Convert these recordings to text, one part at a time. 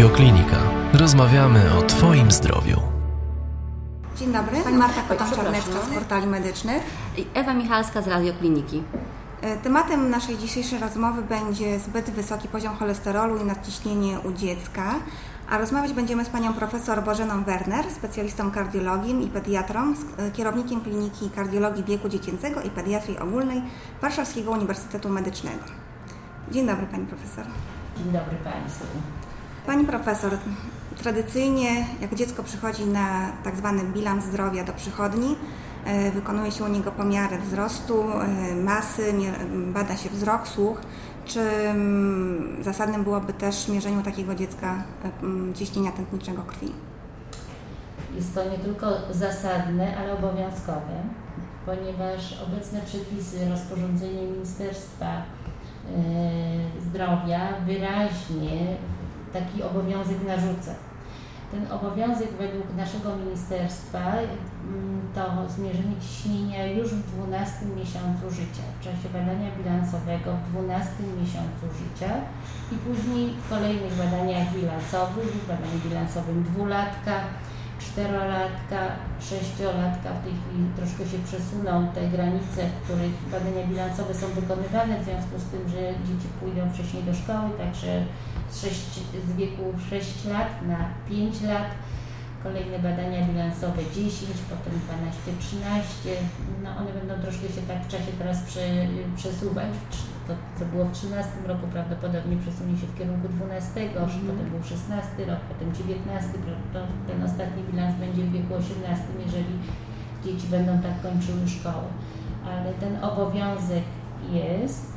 Radioklinika. Rozmawiamy o Twoim zdrowiu. Dzień dobry, pani Marta Koton-Czarnecka z Portali Medycznych i Ewa Michalska z Radiokliniki. Tematem naszej dzisiejszej rozmowy będzie zbyt wysoki poziom cholesterolu i nadciśnienie u dziecka, a rozmawiać będziemy z panią profesor Bożeną Werner, specjalistą kardiologii i pediatrą, kierownikiem Kliniki Kardiologii Wieku Dziecięcego i Pediatrii Ogólnej Warszawskiego Uniwersytetu Medycznego. Dzień dobry, pani profesor. Dzień dobry państwu. Pani profesor, tradycyjnie jak dziecko przychodzi na tak zwany bilans zdrowia do przychodni, wykonuje się u niego pomiary wzrostu, masy, bada się wzrok, słuch. Czy zasadnym byłoby też mierzeniu takiego dziecka ciśnienia tętniczego krwi? Jest to nie tylko zasadne, ale obowiązkowe, ponieważ obecne przepisy, rozporządzenie Ministerstwa Zdrowia wyraźnie taki obowiązek narzuca. Ten obowiązek według naszego ministerstwa to zmierzenie ciśnienia już w 12 miesiącu życia, w czasie badania bilansowego w 12 miesiącu życia i później w kolejnych badaniach bilansowych, w badaniu bilansowym dwulatka, czterolatka, sześciolatka. W tej chwili troszkę się przesuną te granice, w których badania bilansowe są wykonywane, w związku z tym, że dzieci pójdą wcześniej do szkoły, także z wieku 6 lat na 5 lat, kolejne badania bilansowe 10, potem 12, 13, one będą troszkę się tak w czasie teraz przesuwać. To, co było w 13 roku, prawdopodobnie przesunie się w kierunku 12, potem był 16 rok, potem 19, to ten ostatni bilans będzie w wieku 18, jeżeli dzieci będą tak kończyły szkołę. Ale ten obowiązek jest.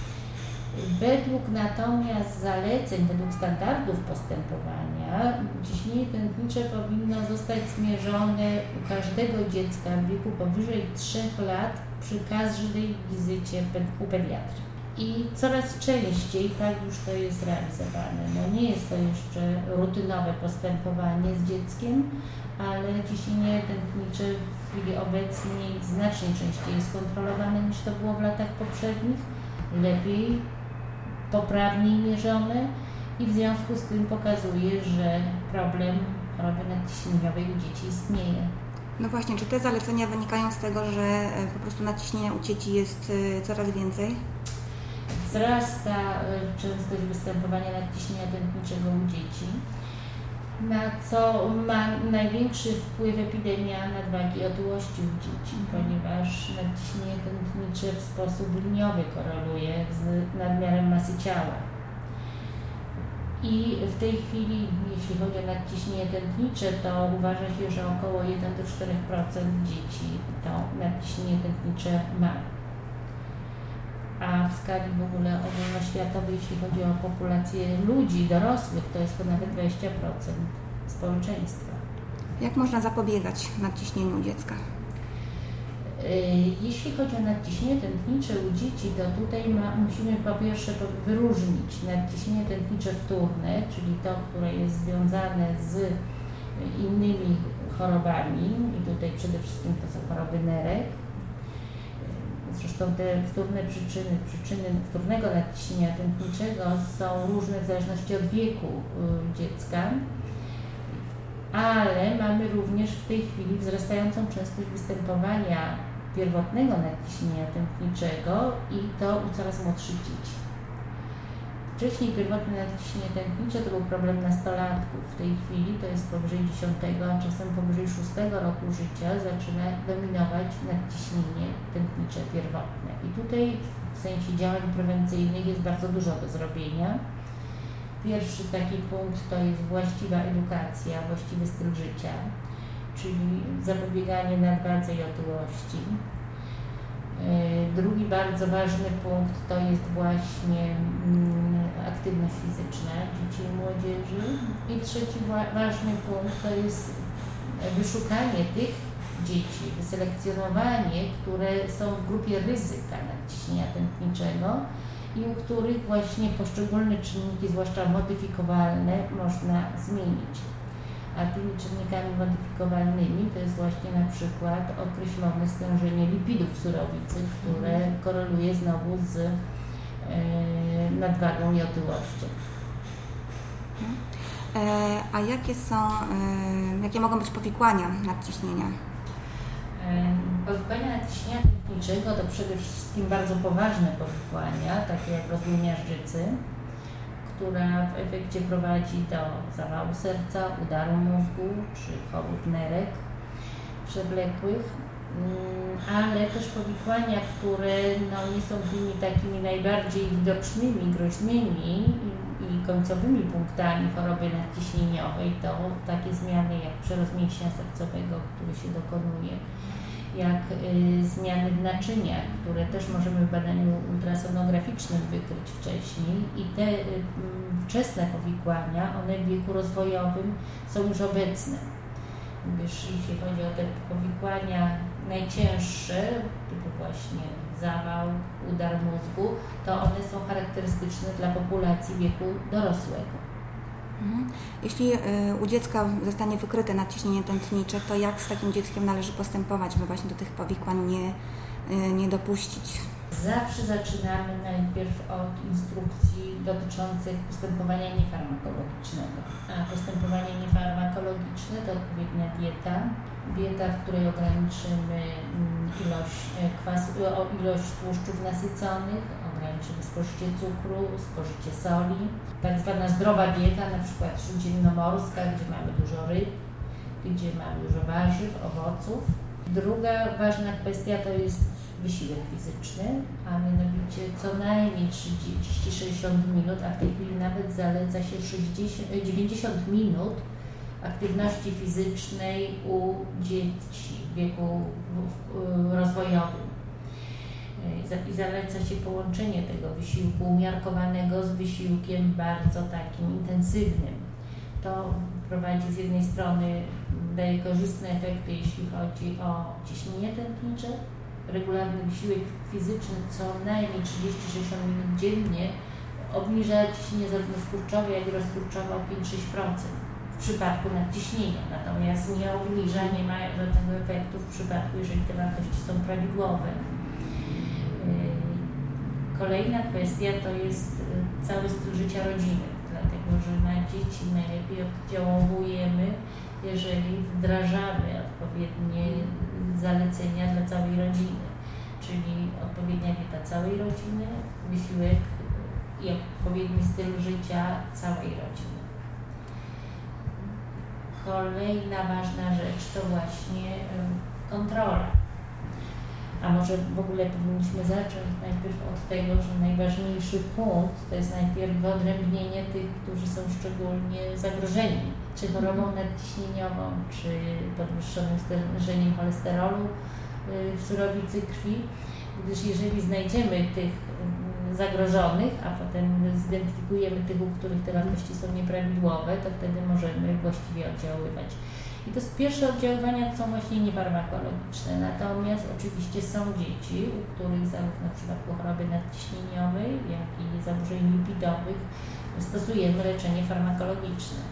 Według natomiast zaleceń, według standardów postępowania, ciśnienie tętnicze powinno zostać zmierzone u każdego dziecka w wieku powyżej 3 lat przy każdej wizycie u pediatry. I coraz częściej tak już to jest realizowane. Nie jest to jeszcze rutynowe postępowanie z dzieckiem, ale ciśnienie tętnicze w chwili obecnej znacznie częściej jest kontrolowane niż to było w latach poprzednich, lepiej, poprawniej mierzone i w związku z tym pokazuje, że problem choroby nadciśnieniowej u dzieci istnieje. No właśnie, czy te zalecenia wynikają z tego, że po prostu nadciśnienia u dzieci jest coraz więcej? Wzrasta częstość występowania nadciśnienia tętniczego u dzieci, na co ma największy wpływ epidemia nadwagi i otyłości u dzieci, ponieważ nadciśnienie tętnicze w sposób liniowy koreluje z nadmiarem masy ciała. I w tej chwili, jeśli chodzi o nadciśnienie tętnicze, to uważa się, że około 1 do 4% dzieci to nadciśnienie tętnicze ma. A w skali w ogóle ogólnoświatowej, jeśli chodzi o populację ludzi, dorosłych, to jest to nawet 20% społeczeństwa. Jak można zapobiegać nadciśnieniu dziecka? Jeśli chodzi o nadciśnienie tętnicze u dzieci, to tutaj musimy po pierwsze wyróżnić nadciśnienie tętnicze wtórne, czyli to, które jest związane z innymi chorobami i tutaj przede wszystkim to są choroby nerek. Zresztą te wtórne przyczyny wtórnego nadciśnienia tętniczego są różne w zależności od wieku dziecka, ale mamy również w tej chwili wzrastającą częstość występowania pierwotnego nadciśnienia tętniczego i to u coraz młodszych dzieci. Wcześniej pierwotne nadciśnienie tętnicze to był problem nastolatków. W tej chwili to jest powyżej 10, a czasem powyżej 6 roku życia zaczyna dominować nadciśnienie tętnicze pierwotne. I tutaj w sensie działań prewencyjnych jest bardzo dużo do zrobienia. Pierwszy taki punkt to jest właściwa edukacja, właściwy styl życia, czyli zapobieganie nadwadze i otyłości. Drugi bardzo ważny punkt to jest właśnie aktywność fizyczna dzieci i młodzieży. I trzeci ważny punkt to jest wyszukanie tych dzieci, wyselekcjonowanie, które są w grupie ryzyka nadciśnienia tętniczego i u których właśnie poszczególne czynniki, zwłaszcza modyfikowalne, można zmienić. A tymi czynnikami modyfikowalnymi to jest właśnie na przykład określone stężenie lipidów w surowicy, które koreluje znowu z nadwagą i otyłością. A jakie mogą być powikłania nadciśnienia? Powikłania nadciśnienia tętniczego to przede wszystkim bardzo poważne powikłania, takie jak rozwój miażdżycy, która w efekcie prowadzi do zawału serca, udaru mózgu czy chorób nerek przewlekłych, ale też powikłania, które nie są tymi takimi najbardziej widocznymi, groźnymi i końcowymi punktami choroby nadciśnieniowej, to takie zmiany jak przerost mięśnia sercowego, który się dokonuje, jak zmiany w naczyniach, które też możemy w badaniu ultrasonograficznym wykryć wcześniej i te wczesne powikłania, one w wieku rozwojowym są już obecne. Jeśli chodzi o te powikłania najcięższe, typu właśnie zawał, udar mózgu, to one są charakterystyczne dla populacji wieku dorosłego. Jeśli u dziecka zostanie wykryte nadciśnienie tętnicze, to jak z takim dzieckiem należy postępować, by właśnie do tych powikłań nie dopuścić? Zawsze zaczynamy najpierw od instrukcji dotyczących postępowania niefarmakologicznego. A postępowanie niefarmakologiczne to odpowiednia dieta, w której ograniczymy ilość tłuszczów nasyconych, ograniczymy spożycie cukru, spożycie soli. Tak zwana zdrowa dieta, na przykład śródziemnomorska, gdzie mamy dużo ryb, gdzie mamy dużo warzyw, owoców. Druga ważna kwestia to jest wysiłek fizyczny, a mianowicie co najmniej 30-60 minut, a w tej chwili nawet zaleca się 90 minut aktywności fizycznej u dzieci w wieku rozwojowym. I zaleca się połączenie tego wysiłku umiarkowanego z wysiłkiem bardzo takim intensywnym. To prowadzi z jednej strony, daje korzystne efekty, jeśli chodzi o ciśnienie tętnicze. Regularny wysiłek fizyczny co najmniej 30-60 minut dziennie obniża ciśnienie zarówno skurczowe, jak i rozkurczowe o 5-6% w przypadku nadciśnienia. Natomiast nie obniża, nie ma żadnego efektu w przypadku, jeżeli te wartości są prawidłowe. Kolejna kwestia to jest cały styl życia rodziny, dlatego że na dzieci najlepiej oddziałujemy, jeżeli wdrażamy odpowiednie zalecenia dla całej rodziny, czyli odpowiednia dieta całej rodziny, wysiłek i odpowiedni styl życia całej rodziny. Kolejna ważna rzecz to właśnie kontrola. A może w ogóle powinniśmy zacząć najpierw od tego, że najważniejszy punkt to jest najpierw wyodrębnienie tych, którzy są szczególnie zagrożeni, czy chorobą nadciśnieniową, czy podwyższonym stężeniem cholesterolu w surowicy krwi, gdyż jeżeli znajdziemy tych zagrożonych, a potem zidentyfikujemy tych, u których te wartości są nieprawidłowe, to wtedy możemy właściwie oddziaływać. I to pierwsze oddziaływania są właśnie niefarmakologiczne, natomiast oczywiście są dzieci, u których zarówno w przypadku choroby nadciśnieniowej, jak i zaburzeń lipidowych stosujemy leczenie farmakologiczne.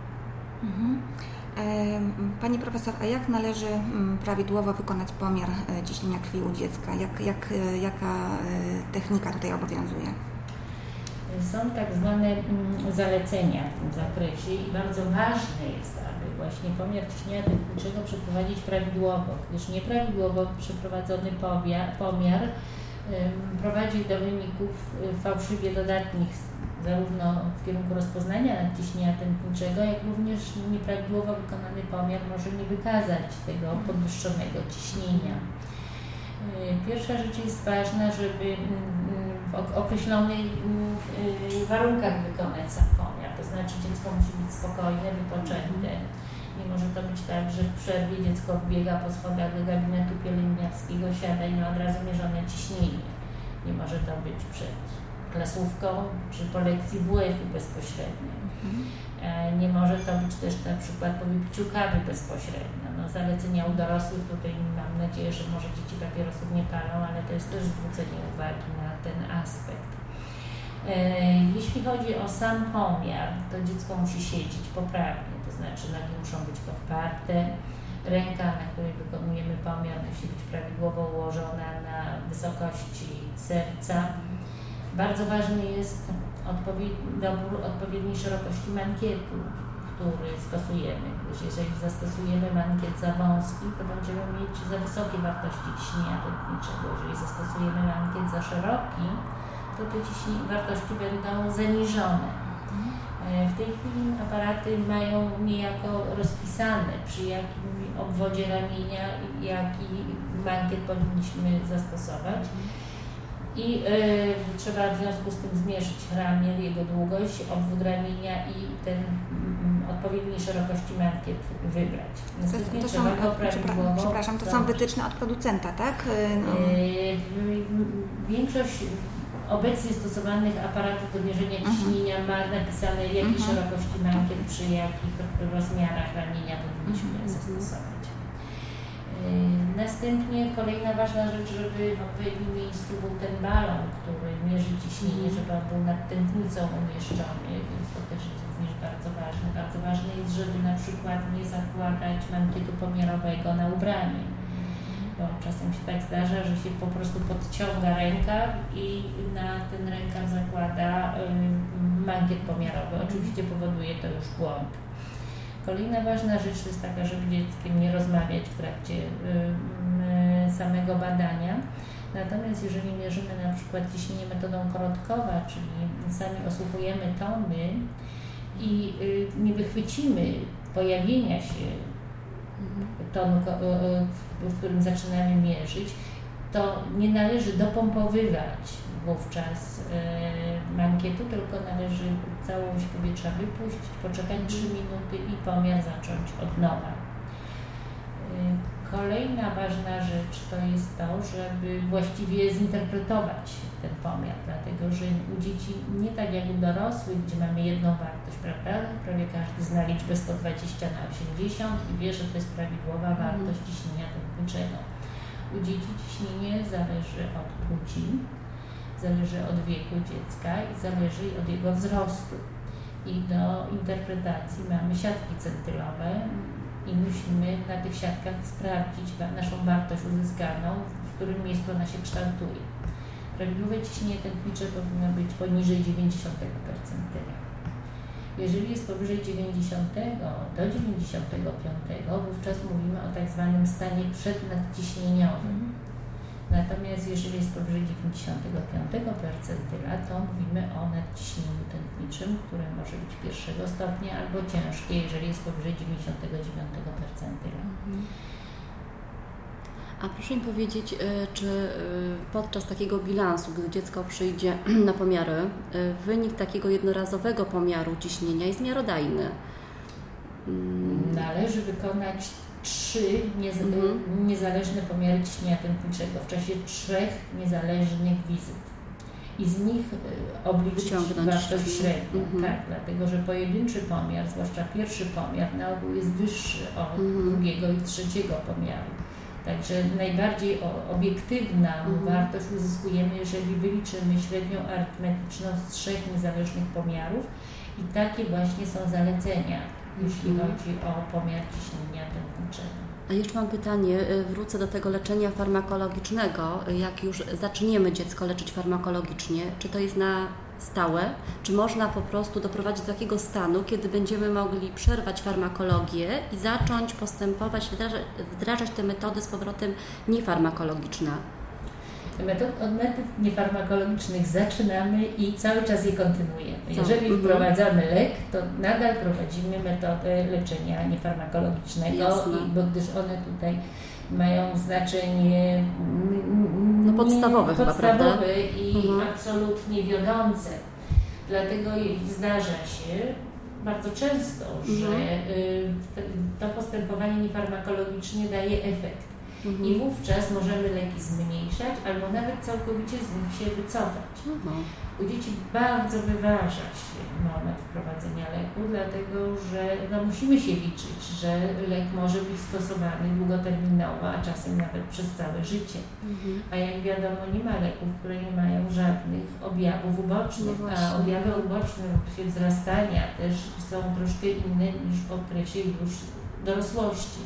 Pani profesor, a jak należy prawidłowo wykonać pomiar ciśnienia krwi u dziecka? Jaka technika tutaj obowiązuje? Są tak zwane zalecenia w tym zakresie i bardzo ważne jest, aby właśnie pomiar ciśnienia tętniczego przeprowadzić prawidłowo, gdyż nieprawidłowo przeprowadzony pomiar prowadzi do wyników fałszywie dodatnich, zarówno w kierunku rozpoznania nadciśnienia tętniczego, jak również nieprawidłowo wykonany pomiar może nie wykazać tego podwyższonego ciśnienia. Pierwsza rzecz jest ważna, żeby w określonych warunkach wykonać sam pomiar, to znaczy dziecko musi być spokojne, wypoczęte. Nie może to być tak, że w przerwie dziecko biega po schodach do gabinetu pielęgniarskiego, siada i ma od razu mierzone ciśnienie. Nie może to być przed klasówką czy po lekcji WF-u bezpośrednio. Nie może to być też na przykład po wypiciu kawy bezpośrednio. Zalecenia u dorosłych, tutaj mam nadzieję, że może dzieci papierosów nie palą, ale to jest też zwrócenie uwagi na ten aspekt. Jeśli chodzi o sam pomiar, to dziecko musi siedzieć poprawnie, to znaczy nogi muszą być podparte, ręka, na której wykonujemy pomiar, musi być prawidłowo ułożona na wysokości serca. Bardzo ważny jest dobór odpowiedniej szerokości mankietu. który stosujemy. Jeżeli zastosujemy mankiet za wąski, to będziemy mieć za wysokie wartości ciśnienia tętniczego. Jeżeli zastosujemy mankiet za szeroki, to te wartości będą zaniżone. W tej chwili aparaty mają niejako rozpisane, przy jakim obwodzie ramienia jaki mankiet powinniśmy zastosować. I trzeba w związku z tym zmierzyć ramię, jego długość, obwód ramienia i ten odpowiedniej szerokości mankiet wybrać. Następnie trzeba go prawidłowo... Przepraszam, to są wytyczne od producenta, tak? Większość obecnie stosowanych aparatów do mierzenia ciśnienia ma napisane, jakiej szerokości mankiet przy jakich rozmiarach ramienia powinniśmy zastosować. Następnie kolejna ważna rzecz, żeby w odpowiednim miejscu był ten balon, który mierzy ciśnienie, żeby on był nad tętnicą umieszczony, więc to też jest również bardzo ważne. Bardzo ważne jest, żeby na przykład nie zakładać mankietu pomiarowego na ubranie, bo czasem się tak zdarza, że się po prostu podciąga rękaw i na ten rękaw zakłada mankiet pomiarowy. Oczywiście powoduje to już błąd. Kolejna ważna rzecz to jest taka, żeby dzieckiem nie rozmawiać w trakcie samego badania. Natomiast jeżeli mierzymy na przykład ciśnienie metodą Korotkowa, czyli sami osłuchujemy tony i nie wychwycimy pojawienia się tonu, w którym zaczynamy mierzyć, to nie należy dopompowywać wówczas mankietu, tylko należy całość powietrza wypuścić, poczekać 3 minuty i pomiar zacząć od nowa. Kolejna ważna rzecz to jest to, żeby właściwie zinterpretować ten pomiar, dlatego że u dzieci nie tak jak u dorosłych, gdzie mamy jedną wartość, prawda? Prawie każdy zna liczbę 120/80 i wie, że to jest prawidłowa wartość ciśnienia tętniczego. U dzieci ciśnienie zależy od płci, zależy od wieku dziecka i zależy od jego wzrostu. I do interpretacji mamy siatki centylowe i musimy na tych siatkach sprawdzić naszą wartość uzyskaną, w którym miejscu ona się kształtuje. Prawidłowe ciśnienie tętnicze powinno być poniżej 90 percentyla. Jeżeli jest powyżej 90 do 95, wówczas mówimy o tak zwanym stanie przednadciśnieniowym. Natomiast jeżeli jest powyżej 95 percentyla, to mówimy o nadciśnieniu tętniczym, które może być pierwszego stopnia albo ciężkie, jeżeli jest powyżej 99 percentyla. A proszę mi powiedzieć, czy podczas takiego bilansu, gdy dziecko przyjdzie na pomiary, wynik takiego jednorazowego pomiaru ciśnienia jest miarodajny? Należy wykonać 3 niezależne pomiary ciśnienia tętniczego w czasie 3 niezależnych wizyt i z nich obliczyć wartość średnią. Tak, dlatego że pojedynczy pomiar, zwłaszcza pierwszy pomiar, na ogół jest wyższy od drugiego i trzeciego pomiaru. Także najbardziej obiektywną wartość uzyskujemy, jeżeli wyliczymy średnią arytmetyczną z 3 niezależnych pomiarów i takie właśnie są zalecenia, jeśli chodzi o pomiar ciśnienia tętniczego. A jeszcze mam pytanie, wrócę do tego leczenia farmakologicznego. Jak już zaczniemy dziecko leczyć farmakologicznie, czy to jest na stałe, czy można po prostu doprowadzić do takiego stanu, kiedy będziemy mogli przerwać farmakologię i zacząć postępować, wdrażać te metody z powrotem niefarmakologiczne? Od metod niefarmakologicznych zaczynamy i cały czas je kontynuujemy. Jeżeli wprowadzamy lek, to nadal prowadzimy metodę leczenia niefarmakologicznego, bo gdyż one tutaj mają znaczenie podstawowe chyba, prawda? I absolutnie wiodące. Dlatego zdarza się bardzo często, że to postępowanie niefarmakologiczne daje efekt. I wówczas możemy leki zmniejszać albo nawet całkowicie z nich się wycofać. U dzieci bardzo wyważa się moment wprowadzenia leku, dlatego że musimy się liczyć, że lek może być stosowany długoterminowo, a czasem nawet przez całe życie. A jak wiadomo, nie ma leków, które nie mają żadnych objawów ubocznych, a objawy uboczne w okresie wzrastania też są troszkę inne niż w okresie już dorosłości.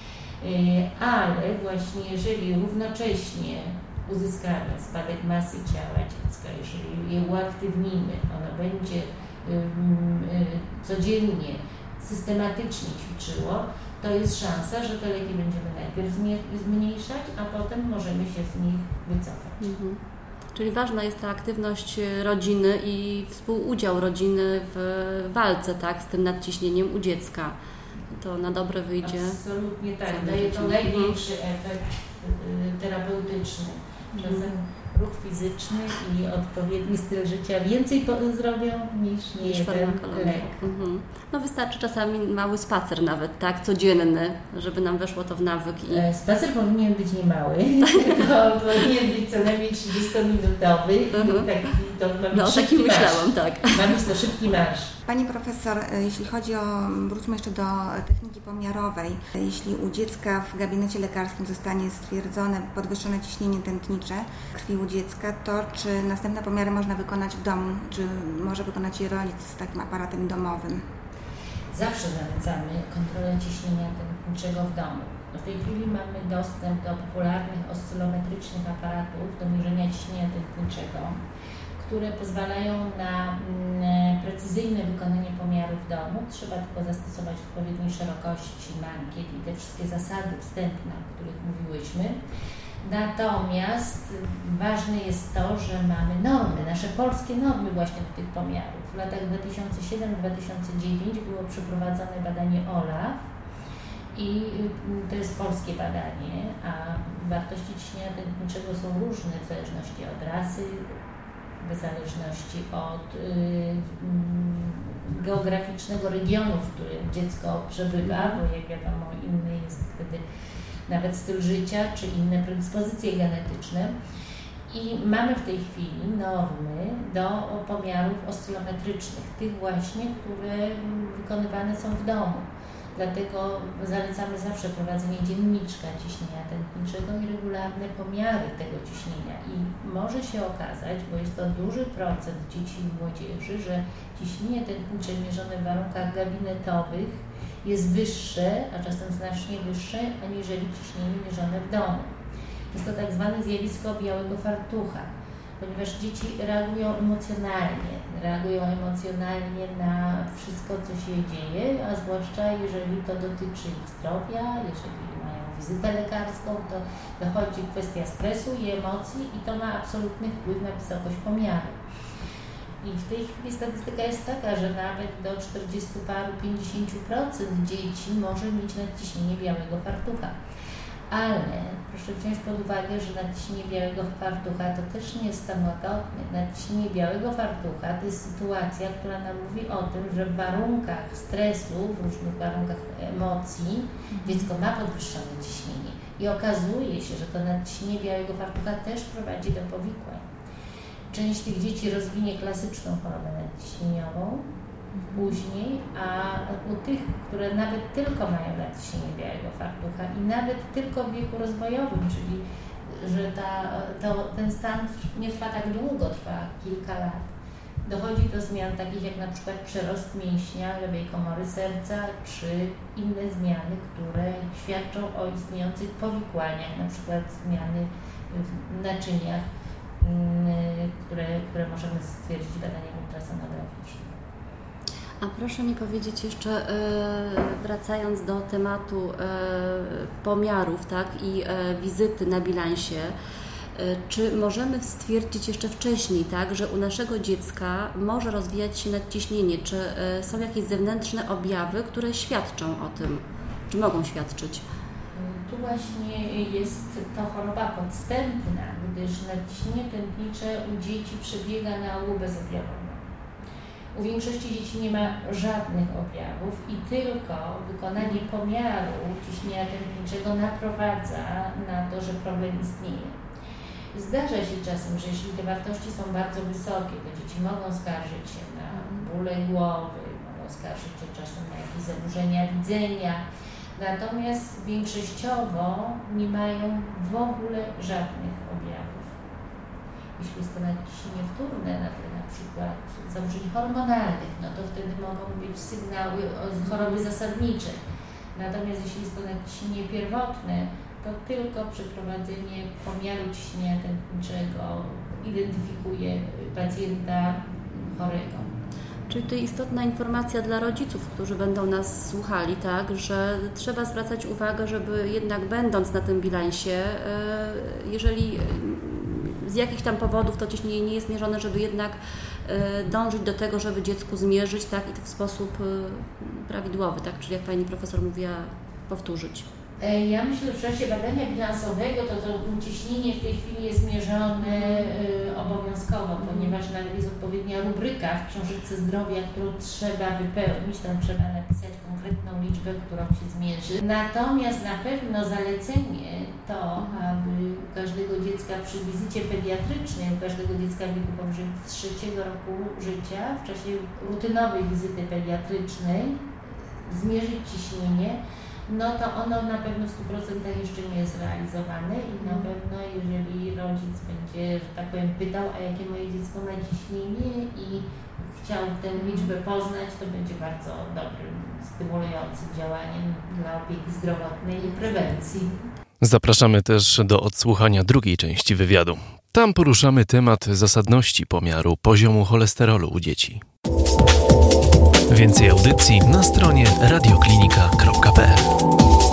Ale właśnie jeżeli równocześnie uzyskamy spadek masy ciała dziecka, jeżeli je uaktywnimy, ono będzie codziennie systematycznie ćwiczyło, to jest szansa, że te leki będziemy najpierw zmniejszać, a potem możemy się z nich wycofać. Czyli ważna jest ta aktywność rodziny i współudział rodziny w walce, tak, z tym nadciśnieniem u dziecka. To na dobre wyjdzie. Absolutnie tak. Daje to największy efekt terapeutyczny. Czasem ruch fizyczny i odpowiedni styl życia więcej zrobią niż jeden lek. No wystarczy czasami mały spacer nawet, tak, codzienny, żeby nam weszło to w nawyk. Spacer powinien być niemały, to powinien być co najmniej 30-minutowy. Taki myślałam, tak. Ma być to szybki marsz. Pani profesor, jeśli chodzi o, wróćmy jeszcze do techniki pomiarowej, jeśli u dziecka w gabinecie lekarskim zostanie stwierdzone podwyższone ciśnienie tętnicze krwi u dziecka, to czy następne pomiary można wykonać w domu, czy może wykonać je rodzic z takim aparatem domowym? Zawsze zalecamy kontrolę ciśnienia tętniczego w domu. W tej chwili mamy dostęp do popularnych oscylometrycznych aparatów do mierzenia ciśnienia tętniczego, które pozwalają na precyzyjne wykonanie pomiaru w domu. Trzeba tylko zastosować odpowiedniej szerokości mankiet i te wszystkie zasady wstępne, o których mówiłyśmy. Natomiast ważne jest to, że mamy normy, nasze polskie normy właśnie do tych pomiarów. W latach 2007-2009 było przeprowadzone badanie OLAF i to jest polskie badanie, a wartości ciśnienia tętniczego są różne w zależności od rasy, w zależności od geograficznego regionu, w którym dziecko przebywa, bo jak wiadomo inny jest wtedy nawet styl życia, czy inne predyspozycje genetyczne. I mamy w tej chwili normy do pomiarów oscylometrycznych, tych właśnie, które wykonywane są w domu. Dlatego zalecamy zawsze prowadzenie dzienniczka ciśnienia tętniczego i regularne pomiary tego ciśnienia. I może się okazać, bo jest to duży procent dzieci i młodzieży, że ciśnienie tętnicze mierzone w warunkach gabinetowych jest wyższe, a czasem znacznie wyższe, aniżeli ciśnienie mierzone w domu. Jest to tak zwane zjawisko białego fartucha, ponieważ dzieci reagują emocjonalnie na wszystko, co się dzieje, a zwłaszcza jeżeli to dotyczy ich zdrowia, jeżeli mają wizytę lekarską, to dochodzi kwestia stresu i emocji i to ma absolutny wpływ na wysokość pomiaru. I w tej chwili statystyka jest taka, że nawet do 40 paru, 50% dzieci może mieć nadciśnienie białego fartucha. Ale proszę wziąć pod uwagę, że nadciśnienie białego fartucha to też nie jest stan łagodny. Nadciśnienie białego fartucha to jest sytuacja, która nam mówi o tym, że w warunkach stresu, w różnych warunkach emocji dziecko ma podwyższone ciśnienie. I okazuje się, że to nadciśnienie białego fartucha też prowadzi do powikłań. Część tych dzieci rozwinie klasyczną chorobę nadciśnieniową później, a u tych, które nawet tylko mają nadciśnienie białego fartucha i nawet tylko w wieku rozwojowym, czyli że ten stan nie trwa tak długo, trwa kilka lat, dochodzi do zmian takich jak na przykład przerost mięśnia lewej komory serca, czy inne zmiany, które świadczą o istniejących powikłaniach, na przykład zmiany w naczyniach, które możemy stwierdzić badaniem ultrasonograficznym. A proszę mi powiedzieć jeszcze, wracając do tematu pomiarów, tak, i wizyty na bilansie, czy możemy stwierdzić jeszcze wcześniej, tak, że u naszego dziecka może rozwijać się nadciśnienie? Czy są jakieś zewnętrzne objawy, które świadczą o tym? Czy mogą świadczyć? Tu właśnie jest to choroba podstępna, gdyż nadciśnienie tętnicze u dzieci przebiega na ogół bezobjawowo. U większości dzieci nie ma żadnych objawów i tylko wykonanie pomiaru ciśnienia tętniczego naprowadza na to, że problem istnieje. Zdarza się czasem, że jeśli te wartości są bardzo wysokie, to dzieci mogą skarżyć się na bóle głowy, mogą skarżyć się czasem na jakieś zaburzenia widzenia, natomiast większościowo nie mają w ogóle żadnych objawów. Jeśli jest to nadciśnienie wtórne, na przykład zaburzeń hormonalnych, no to wtedy mogą być sygnały choroby zasadniczej. Natomiast jeśli jest to nadciśnienie pierwotne, to tylko przeprowadzenie pomiaru ciśnienia tętniczego identyfikuje pacjenta chorego. Czyli to istotna informacja dla rodziców, którzy będą nas słuchali, tak, że trzeba zwracać uwagę, żeby jednak będąc na tym bilansie, jeżeli z jakichś tam powodów to ciśnienie nie jest mierzone, żeby jednak dążyć do tego, żeby dziecku zmierzyć, tak, i to w sposób prawidłowy, tak, czyli jak Pani profesor mówiła, powtórzyć. Ja myślę, że w czasie badania bilansowego to ciśnienie w tej chwili jest mierzone obowiązkowo, ponieważ nawet jest odpowiednia rubryka w książeczce zdrowia, którą trzeba wypełnić, tam trzeba napisać konkretną liczbę, którą się zmierzy. Natomiast na pewno zalecenie to, aby u każdego dziecka przy wizycie pediatrycznej, u każdego dziecka w wieku powyżej 3 roku życia, w czasie rutynowej wizyty pediatrycznej zmierzyć ciśnienie, no to ono na pewno w 100% jeszcze nie jest realizowane i na pewno jeżeli rodzic będzie, że tak powiem, pytał, a jakie moje dziecko ma ciśnienie i chciał tę liczbę poznać, to będzie bardzo dobrym, stymulującym działaniem dla opieki zdrowotnej i prewencji. Zapraszamy też do odsłuchania drugiej części wywiadu. Tam poruszamy temat zasadności pomiaru poziomu cholesterolu u dzieci. Więcej audycji na stronie radioklinika.pl.